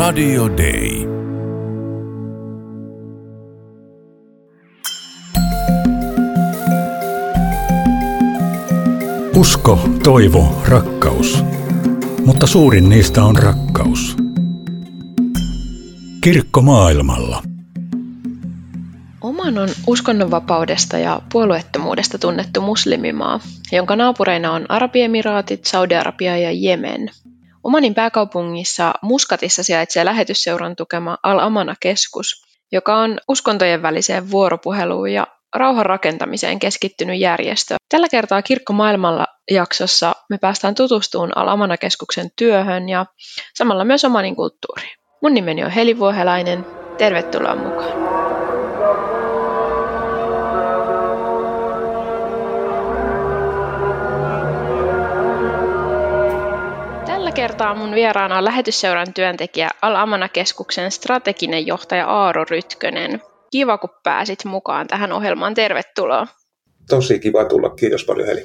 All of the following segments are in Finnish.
Radio Day. Usko, toivo, rakkaus. Mutta suurin niistä on rakkaus. Kirkko maailmalla. Oman on uskonnonvapaudesta ja puolueettomuudesta tunnettu muslimimaa, jonka naapureina on Arabiemiraatit, Saudi-Arabia ja Jemen. Omanin pääkaupungissa Muskatissa sijaitsee lähetysseuran tukema Al-Amana-keskus, joka on uskontojen väliseen vuoropuheluun ja rauhan rakentamiseen keskittynyt järjestö. Tällä kertaa Kirkko maailmalla -jaksossa me päästään tutustumaan Al-Amana-keskuksen työhön ja samalla myös Omanin kulttuuriin. Mun nimeni on Heli Vuohelainen. Tervetuloa mukaan. Tällä kertaa mun vieraana on lähetysseuran työntekijä Al-Amana-keskuksen strateginen johtaja Aaro Rytkönen. Kiva, kun pääsit mukaan tähän ohjelmaan. Tervetuloa. Tosi kiva tulla. Kiitos paljon, Heli.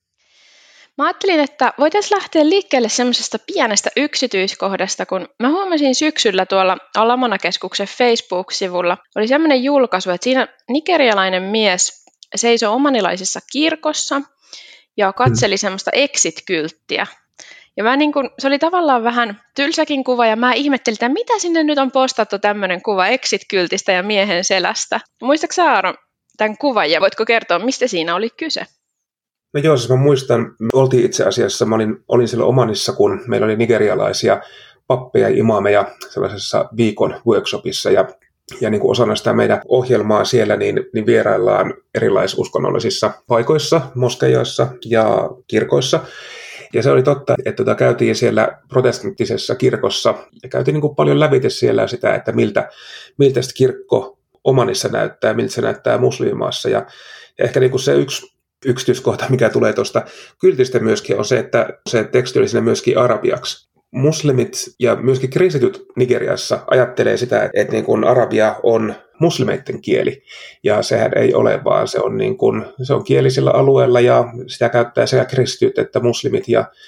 Mä ajattelin, että voitaisiin lähteä liikkeelle semmoisesta pienestä yksityiskohdasta, kun mä huomasin syksyllä tuolla Al-Amana-keskuksen Facebook-sivulla oli semmoinen julkaisu, että siinä nigerialainen mies seisoi omanilaisessa kirkossa ja katseli semmoista exit-kylttiä. Ja se oli tavallaan vähän tylsäkin kuva ja mä ihmettelin, että mitä sinne nyt on postattu tämmöinen kuva exit-kyltistä ja miehen selästä. Muistatko sä, Aaro, tämän kuvan ja voitko kertoa, mistä siinä oli kyse? No joo, siis mä muistan, me oltiin itse asiassa, mä olin siellä Omanissa, kun meillä oli nigerialaisia pappeja ja imaameja sellaisessa viikon workshopissa ja niin kuin osana sitä meidän ohjelmaa siellä, niin vieraillaan erilaisuskunnollisissa paikoissa, moskeijoissa ja kirkoissa. Ja se oli totta, että käytiin siellä protestanttisessa kirkossa ja käytiin niin kuin paljon lävitse siellä sitä, että miltä sitä kirkko Omanissa näyttää, miltä se näyttää muslimimaassa. Ja ehkä niin kuin se yksi yksityiskohta, mikä tulee tuosta kyltistä myöskin, on se, että se teksti oli siinä myöskin arabiaksi. Muslimit ja myöskin kristityt Nigeriassa ajattelee sitä, että niin kuin arabia on muslimeiden kieli, ja sehän ei ole, vaan se on kieli sillä alueella, ja sitä käyttää sekä kristityt että muslimit,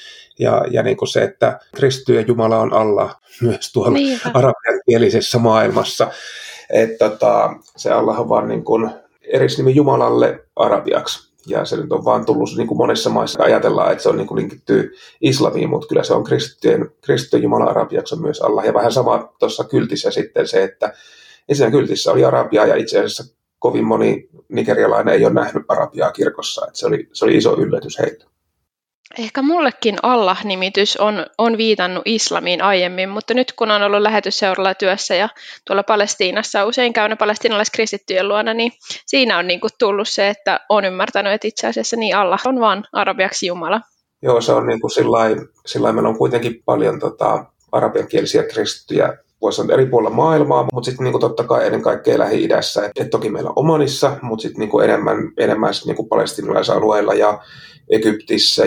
ja niin kuin se, että kristitty ja Jumala on Allah myös tuolla arabiankielisessä maailmassa. Että se Allah on vaan niin kuin erisnimi Jumalalle arabiaksi. Ja se nyt on vaan tullut niin kuin monessa maissa ajatellaan, että se on niin kuin linkitty islamiin, mutta kyllä se on kristitty Jumala arabiaksi on myös Allah. Ja vähän sama tuossa kyltissä sitten se, että siinä kyltissä oli arabiaa ja itse asiassa kovin moni nigerialainen ei ole nähnyt arabiaa kirkossa. Että se oli iso yllätys heille. Ehkä mullekin Allah-nimitys on viitannut islamiin aiemmin, mutta nyt kun on ollut lähetysseuralla työssä ja tuolla Palestiinassa usein käynyt palestiinalaiskristittyjen luona, niin siinä on niin kuin tullut se, että on ymmärtänyt, että itse asiassa niin Allah on vaan arabiaksi Jumala. Joo, se on niin kuin sillain meillä on kuitenkin paljon arabiankielisiä kristittyjä eri puolilla maailmaa, mutta sitten niin totta kai ennen kaikkea Lähi-idässä. Et toki meillä on Omanissa, mutta sitten niin enemmän sit niin palestiinalaisalueilla ja Egyptissä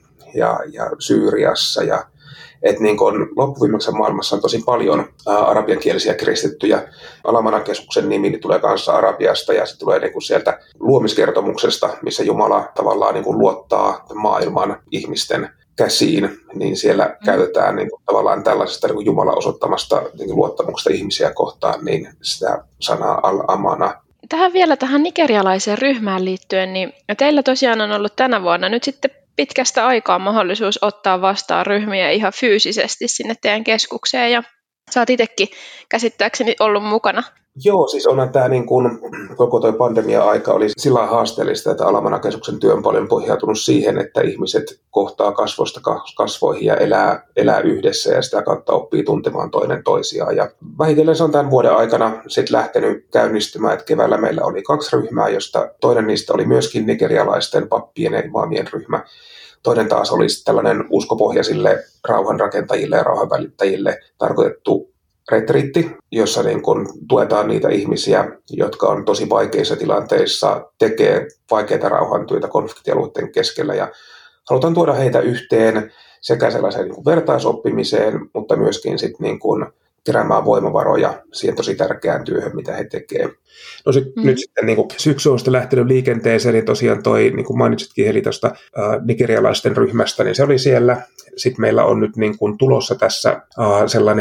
ja Syyriassa. Että niin loppuviimeksi maailmassa on tosi paljon arabiankielisiä kristittyjä. Al-Amana-keskuksen nimi tulee kanssa Arabiasta ja se tulee niin kuin sieltä luomiskertomuksesta, missä Jumala tavallaan niin kuin luottaa maailman ihmisten käsiin, niin siellä käytetään niin kuin tavallaan tällaisesta niin kuin Jumalan osoittamasta niin kuin luottamuksesta ihmisiä kohtaan, niin sitä sanaa Al-Amana. Tähän nigerialaiseen ryhmään liittyen, niin teillä tosiaan on ollut tänä vuonna nyt sitten pitkästä aikaa mahdollisuus ottaa vastaan ryhmiä ihan fyysisesti sinne teidän keskukseen, ja sä oot itsekin käsittääkseni ollut mukana. Joo, siis onhan tämä niin kuin koko tuo pandemia-aika oli sillä haasteellista, että Al-Amana-keskuksen työ on paljon pohjautunut siihen, että ihmiset kohtaa kasvoista kasvoihin ja elää yhdessä ja sitä kautta oppii tuntemaan toinen toisiaan. Ja vähitellen se on tämän vuoden aikana sitten lähtenyt käynnistymään, että keväällä meillä oli 2 ryhmää, josta toinen niistä oli myöskin nigerialaisten pappien ja imaamien ryhmä. Toinen taas oli tällainen uskopohjaisille rauhanrakentajille ja rauhanvälittäjille tarkoitettu retriitti, jossa niin kun tuetaan niitä ihmisiä, jotka on tosi vaikeissa tilanteissa, tekee vaikeita rauhantyötä konfliktialueiden keskellä ja halutaan tuoda heitä yhteen sekä sellaiseen niin kuin vertaisoppimiseen, mutta myöskin sit niin kuin keräämään voimavaroja siihen tosi tärkeään työhön, mitä he tekevät. No nyt sitten niin kuin syksy on sitten lähtenyt liikenteeseen, niin tosiaan toi, niin kuin mainitsitkin Heli tuosta nigerialaisten ryhmästä, niin se oli siellä. Sitten meillä on nyt niin kuin tulossa tässä sellainen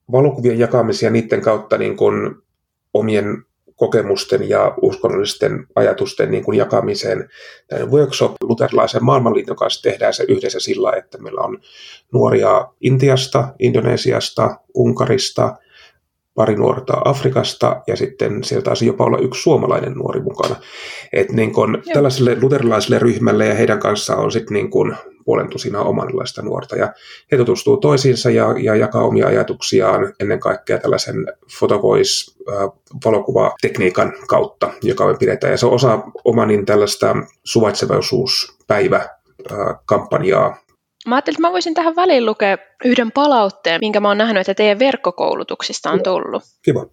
valokuvien jakamisia niiden kautta niin kuin omien kokemusten ja uskonnollisten ajatusten niin kuin jakamiseen. Tämä workshop luterilaisen maailmanliiton kanssa tehdään se yhdessä sillä, että meillä on nuoria Intiasta, Indonesiasta, Unkarista, pari nuorta Afrikasta ja sitten sieltä taisi jopa olla yksi suomalainen nuori mukana. Et niin kun tällaiselle luterilaiselle ryhmälle ja heidän kanssaan on sitten niin kun puolen tusinaa omanlaista nuorta. Ja he tutustuu toisiinsa ja jakaa omia ajatuksiaan ennen kaikkea tällaisen photovoice-valokuvatekniikan kautta, joka me pidetään. Ja se on osa omanin tällaista suvaitsevaisuuspäiväkampanjaa. Mä ajattelin, että mä voisin tähän väliin lukea yhden palautteen, minkä mä oon nähnyt, että teidän verkkokoulutuksista on tullut. Kiva.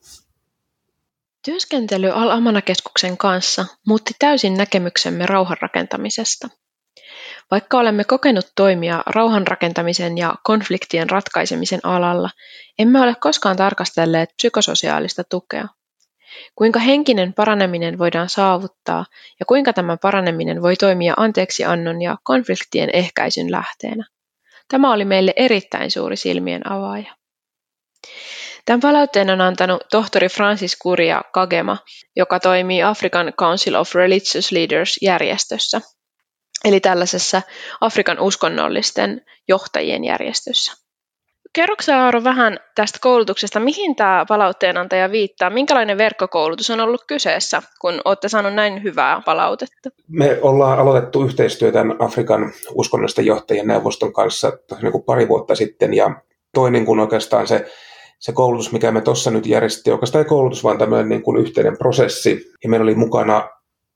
Työskentely Al-Amana-keskuksen kanssa muutti täysin näkemyksemme rauhanrakentamisesta. Vaikka olemme kokenut toimia rauhanrakentamisen ja konfliktien ratkaisemisen alalla, emme ole koskaan tarkastelleet psykososiaalista tukea. Kuinka henkinen paraneminen voidaan saavuttaa ja kuinka tämä paraneminen voi toimia anteeksiannon ja konfliktien ehkäisyn lähteenä. Tämä oli meille erittäin suuri silmien avaaja. Tämän palautteen on antanut tohtori Francis Kuria Kagema, joka toimii African Council of Religious Leaders-järjestössä, eli tällaisessa Afrikan uskonnollisten johtajien järjestössä. Kerroksä, Aaro, vähän tästä koulutuksesta, mihin tämä palautteenantaja viittaa? Minkälainen verkkokoulutus on ollut kyseessä, kun olette saaneet näin hyvää palautetta? Me ollaan aloitettu yhteistyötä Afrikan uskonnollisten johtajien neuvoston kanssa niin kuin pari vuotta sitten, ja toinen kuin oikeastaan se koulutus, mikä me tuossa nyt järjestettiin, oikeastaan ei koulutus, vaan tämmöinen niin kuin yhteinen prosessi, ja meillä oli mukana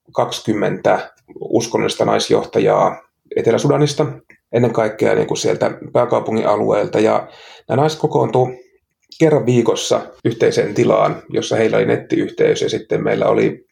20 uskonnollista naisjohtajaa Etelä-Sudanista, ennen kaikkea niin kuin sieltä pääkaupungin alueelta, ja nämä naiset kokoontuivat kerran viikossa yhteiseen tilaan, jossa heillä oli nettiyhteys, ja sitten meillä oli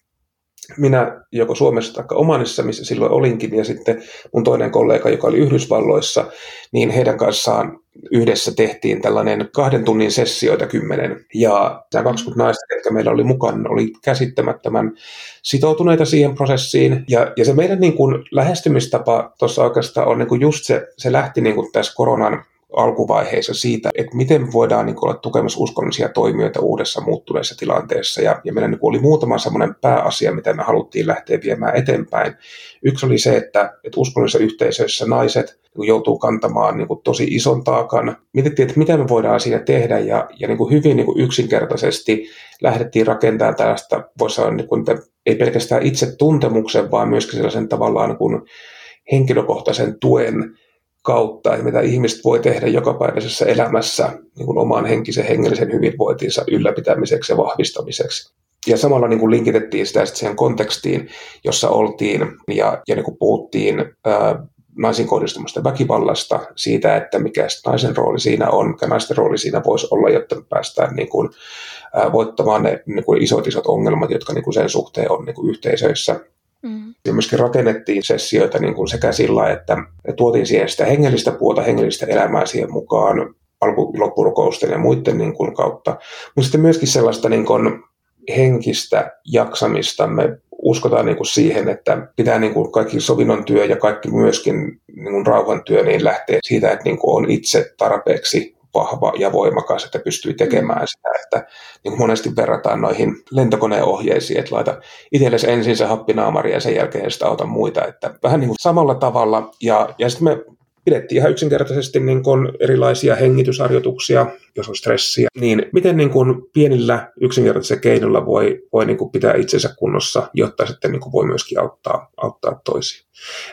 minä joko Suomessa tai Omanissa, missä silloin olinkin, ja sitten mun toinen kollega, joka oli Yhdysvalloissa, niin heidän kanssaan yhdessä tehtiin tällainen 2 tunnin sessioita 10. Ja nämä 20 naista, jotka meillä oli mukana, oli käsittämättömän sitoutuneita siihen prosessiin. Ja se meidän niin kuin lähestymistapa tuossa oikeastaan on niin kuin just se lähti niin kuin tässä koronan alkuvaiheessa siitä, että miten voidaan niin kuin olla tukemassa uskonnollisia toimijoita uudessa muuttuneessa tilanteessa. Ja meillä niin kuin oli muutama semmoinen pääasia, mitä me haluttiin lähteä viemään eteenpäin. Yksi oli se, että uskonnollisissa yhteisöissä naiset joutuu kantamaan niin kuin tosi ison taakan. Mietittiin, että mitä me voidaan siinä tehdä, ja niin kuin hyvin niin kuin yksinkertaisesti lähdettiin rakentamaan tällaista, voisi sanoa, niin kuin, ei pelkästään itse tuntemuksen, vaan myöskin sellaisen tavallaan niin kuin henkilökohtaisen tuen kautta, että mitä ihmiset voi tehdä jokapäiväisessä elämässä niin kuin oman hengellisen hyvinvointinsa ylläpitämiseksi ja vahvistamiseksi. Ja samalla niin kuin linkitettiin sitä siihen kontekstiin, jossa oltiin ja niin kuin puhuttiin naisiin kohdistumasta väkivallasta, siitä, että mikä naisen rooli siinä on, mikä naisten rooli siinä voisi olla, jotta me päästään niin kuin voittamaan ne niin kuin isot ongelmat, jotka niin kuin sen suhteen on niin kuin yhteisöissä. Ja myöskin rakennettiin sessioita niin kuin sekä sillä, että tuotiin siihen sitä hengellistä puolta, hengellistä elämää siihen mukaan alku-loppurukousten ja muiden niin kuin kautta, mutta sitten myöskin sellaista niin kuin henkistä jaksamista. Me uskotaan niin kuin siihen, että pitää niin kuin kaikki sovinnon työ ja kaikki myöskin niin kuin rauhantyö niin lähtee siitä, että niin kuin on itse tarpeeksi vahva ja voimakas, että pystyy tekemään sitä, että niin kuin monesti verrataan noihin lentokoneohjeisiin, että laita itsellesi ensin se happinaamari ja sen jälkeen sitä auta muita, että vähän niin kuin samalla tavalla, ja sitten me pidettiin ihan yksinkertaisesti niin kuin erilaisia hengitysharjoituksia, jos on stressiä, niin miten niin kuin pienillä yksinkertaisilla keinoilla voi niin kuin pitää itsensä kunnossa, jotta sitten niin kuin voi myöskin auttaa toisia.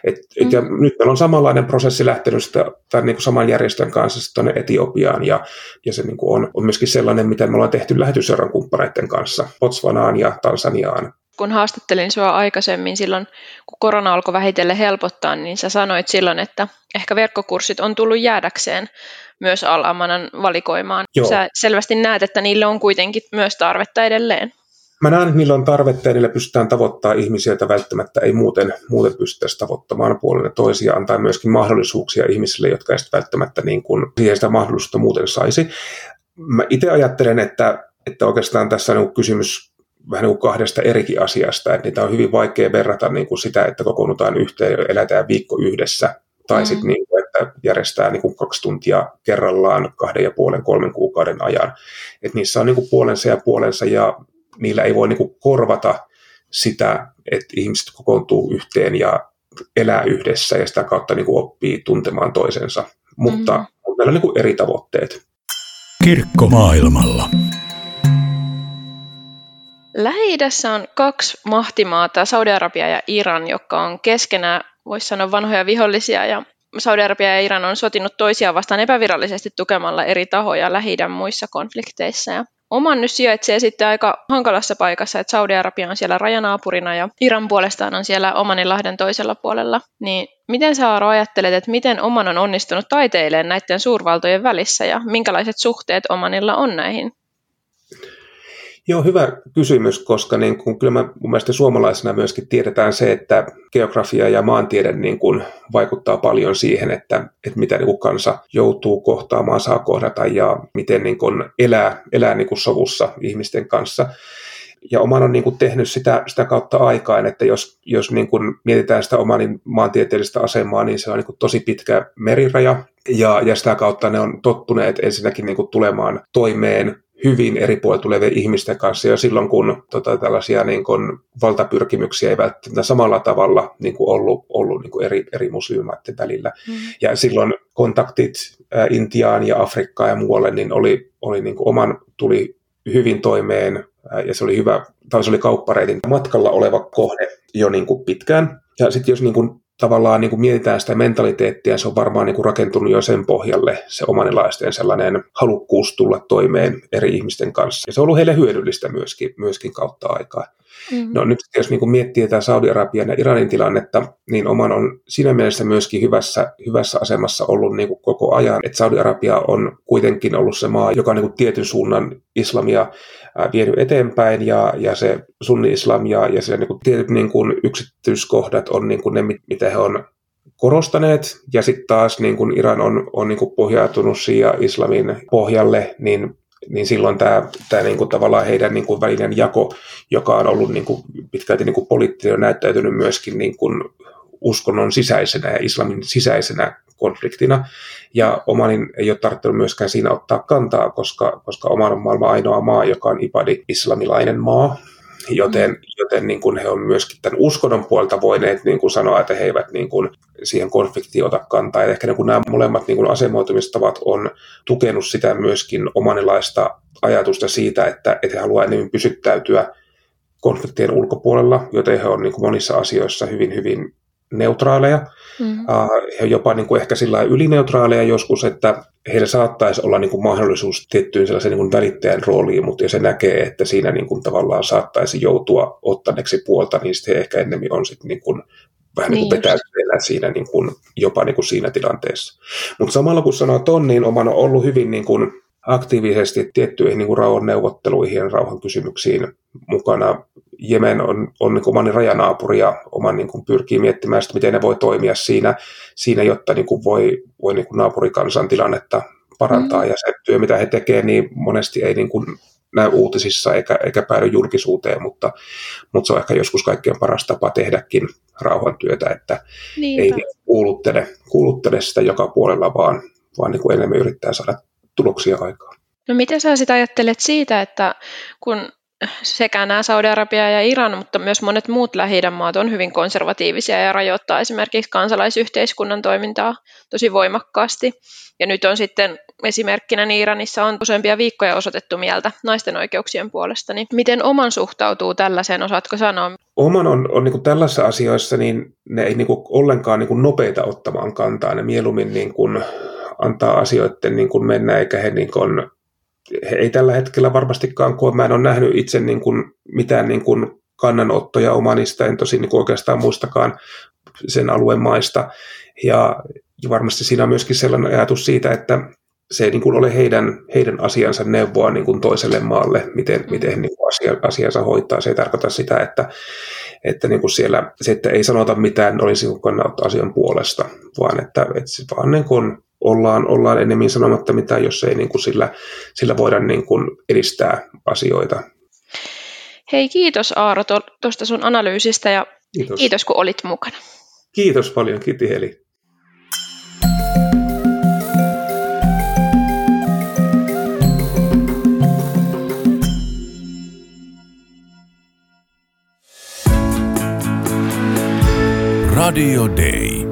Ja nyt meillä on samanlainen prosessi lähtenyt tämän niin kuin saman järjestön kanssa tuonne Etiopiaan, ja se niin kuin on myöskin sellainen, mitä me ollaan tehty lähetysseuran kumppaneiden kanssa, Botswanaan ja Tansaniaan. Kun haastattelin sinua aikaisemmin silloin, kun korona alkoi vähitellen helpottaa, niin sä sanoit silloin, että ehkä verkkokurssit on tullut jäädäkseen myös Al-Amanan valikoimaan. Joo. Sä selvästi näet, että niille on kuitenkin myös tarvetta edelleen. Mä näen, että niillä on tarvetta ja niillä pystytään tavoittamaan ihmisiä, joita välttämättä ei muuten pystyttäisi tavoittamaan puolelle toisia, antaa myöskin mahdollisuuksia ihmisille, jotka ei välttämättä niin kuin siihen sitä mahdollisuutta muuten saisi. Mä itse ajattelen, että oikeastaan tässä on kysymys vähän niin kuin 2 erikin asiasta, että niitä on hyvin vaikea verrata niin kuin sitä, että kokoonnutaan yhteen ja elätään viikko yhdessä, tai sitten niin kuin, järjestää niin kuin 2 tuntia kerrallaan 2,5-3 kuukauden ajan. Et niissä on niin kuin puolensa ja niillä ei voi niin kuin korvata sitä, että ihmiset kokoontuu yhteen ja elää yhdessä ja sitä kautta niin kuin oppii tuntemaan toisensa. Mutta meillä on niin kuin eri tavoitteet. Kirkko maailmalla. Lähi-idässä on 2 mahtimaata, Saudi-Arabia ja Iran, jotka on keskenään, voisi sanoa, vanhoja vihollisia. Ja Saudi-Arabia ja Iran on sotinut toisiaan vastaan epävirallisesti tukemalla eri tahoja Lähi-idän muissa konflikteissa. Ja Oman nyt sijaitsee sitten aika hankalassa paikassa, että Saudi-Arabia on siellä rajanaapurina ja Iran puolestaan on siellä Omaninlahden toisella puolella. Niin miten sä, Aaro, ajattelet, että miten Oman on onnistunut taiteilemaan näiden suurvaltojen välissä ja minkälaiset suhteet Omanilla on näihin? Joo, hyvä kysymys, koska niin kun, kyllä mun mielestä suomalaisena myöskin tiedetään se, että geografia ja maantiede niin kun vaikuttaa paljon siihen, että mitä niin kun kansa joutuu kohtaamaan, saa kohdata ja miten niin kun elää niin kun sovussa ihmisten kanssa. Ja Oman on niin kun tehnyt sitä kautta aikaan, että jos niin kun mietitään sitä Omanin maantieteellistä asemaa, niin se on niin kun tosi pitkä meriraja ja sitä kautta ne on tottuneet ensinnäkin niin kun tulemaan toimeen hyvin eri puolilla tulevien ihmisten kanssa, ja silloin kun tällaisia niin kun valtapyrkimyksiä ei välttämättä samalla tavalla niin kun ollut niin kun eri muslimimaiden välillä. Ja silloin kontaktit Intiaan ja Afrikkaan ja muualle niin oli niin kun Oman tuli hyvin toimeen, ja se oli hyvä, tai se oli kauppareitin matkalla oleva kohde jo niin kun pitkään. Ja sitten jos niin kun tavallaan niin kuin mietitään sitä mentaliteettia, se on varmaan niin kuin rakentunut jo sen pohjalle, se omanilaisten sellainen halukkuus tulla toimeen eri ihmisten kanssa. Ja se on ollut heille hyödyllistä myöskin kautta aikaa. No nyt jos niin kuin miettii tätä Saudi-Arabian ja Iranin tilannetta, niin Oman on siinä mielessä myöskin hyvässä asemassa ollut niin kuin koko ajan. Että Saudi-Arabia on kuitenkin ollut se maa, joka on niin kuin tietyn suunnan islamia vienyt eteenpäin, ja se sunni-islam ja se niin kuin tietyt niin kuin yksityiskohdat on niin kuin ne, mitä he on korostaneet. Ja sitten taas niin kuin Iran on niin kuin pohjautunut shia-islamin pohjalle, niin silloin tämä niin kuin tavallaan heidän niin kuin välinen jako, joka on ollut niin kuin pitkälti niin kuin poliittinen, on näyttäytynyt myöskin niin kuin uskonnon sisäisenä ja islamin sisäisenä konfliktina. Ja Omanin ei ole tarvittanut myöskään siinä ottaa kantaa, koska Oman on maailman ainoa maa, joka on ibadi-islamilainen maa. Joten niin kuin he on myöskin tämän uskonnon puolelta voineet niin kuin sanoa, että he eivät niin kuin siihen konfliktiin ota kantaa. Ja ehkä niin kuin nämä molemmat niin kuin asemoitumistavat on tukenut sitä myöskin omanilaista ajatusta siitä, että he haluavat enemmän pysyttäytyä konfliktien ulkopuolella, joten he on niin kuin monissa asioissa hyvin, hyvin neutraaleja. He on jopa niin kuin ehkä sillä ylineutraaleja joskus, että heillä saattaisi olla niin kuin mahdollisuus tiettyyn sellaisen niin kuin välittäjän rooliin, mutta jos he näkee, että siinä niin kuin tavallaan saattaisi joutua ottaneeksi puolta, niin sitten he ehkä ennemmin on sitten niin kuin vähän niin kuin vetäytyneenä siinä niin kuin, jopa niin kuin siinä tilanteessa. Mutta samalla kun sanoo ton, niin Oman on ollut hyvin niin kuin aktiivisesti tiettyihin niin kuin rauhanneuvotteluihin ja rauhankysymyksiin mukana. Jemen on niin kuin Omanin rajanaapuri ja Oman niin kuin pyrkii miettimään sitä, miten ne voi toimia siinä jotta niin kuin voi niin kuin naapurikansan tilannetta parantaa. Ja se työ, mitä he tekevät, niin monesti ei niin kuin näy uutisissa eikä päädy julkisuuteen, mutta se on ehkä joskus kaikkein paras tapa tehdäkin rauhantyötä, että ei kuuluttele sitä joka puolella, vaan niin kuin enemmän yrittää saada tuloksia aikaan. No miten sä sitä ajattelet siitä, että kun sekä nämä Saudi-Arabia ja Iran, mutta myös monet muut Lähi-idän maat on hyvin konservatiivisia ja rajoittaa esimerkiksi kansalaisyhteiskunnan toimintaa tosi voimakkaasti. Ja nyt on sitten esimerkkinä, niin Iranissa on useampia viikkoja osoitettu mieltä naisten oikeuksien puolesta. Niin miten Oman suhtautuu tällaiseen, osaatko sanoa? Oman on niin kuin tällaisissa asioissa, niin ne ei niin kuin ollenkaan niin kuin nopeita ottamaan kantaa. Ne mieluummin niin kuin antaa asioiden niin kuin mennä, eikä he ei tällä hetkellä varmastikaan koe. Mä en ole nähnyt itse niin kuin mitään niin kuin kannanottoja Omanista, en tosin niin kuin oikeastaan muistakaan sen alueen maista. Ja varmasti siinä on myöskin sellainen ajatus siitä, että se ei niin kuin ole heidän asiansa neuvoa niin kuin toiselle maalle, miten niin kuin asiansa hoitaa. Se ei tarkoita sitä, että niin kuin siellä se, että ei sanota mitään, olisi kannanotto asian puolesta, vaan että vaan niin kuin ollaan enemmän sanomatta mitään, jos ei niin kuin sillä voida niin kuin edistää asioita. Hei, kiitos Aaro tuosta sun analyysistä ja kiitos kun olit mukana. Kiitos paljon, kiitos Heli. Radio Day.